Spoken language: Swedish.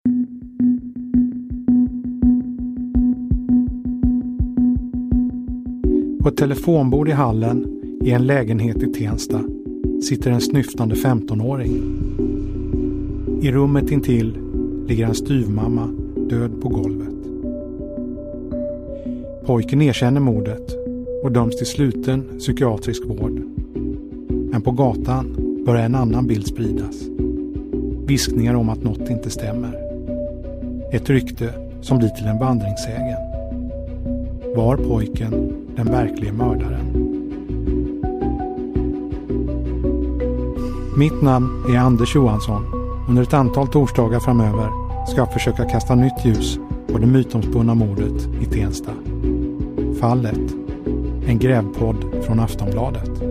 På ett telefonbord i hallen i en lägenhet i Tensta sitter en snyftande 15-åring. I rummet intill ligger en styvmamma död på golvet. Pojken erkänner mordet och döms till sluten psykiatrisk vård. Men på gatan börjar en annan bild spridas. Viskningar om att något inte stämmer. Ett rykte som blir till en vandringssägen. Var pojken den verkliga mördaren? Mitt namn är Anders Johansson. Under ett antal torsdagar framöver ska jag försöka kasta nytt ljus på det mytomspunna mordet i Tensta. Fallet. En grävpodd från Aftonbladet.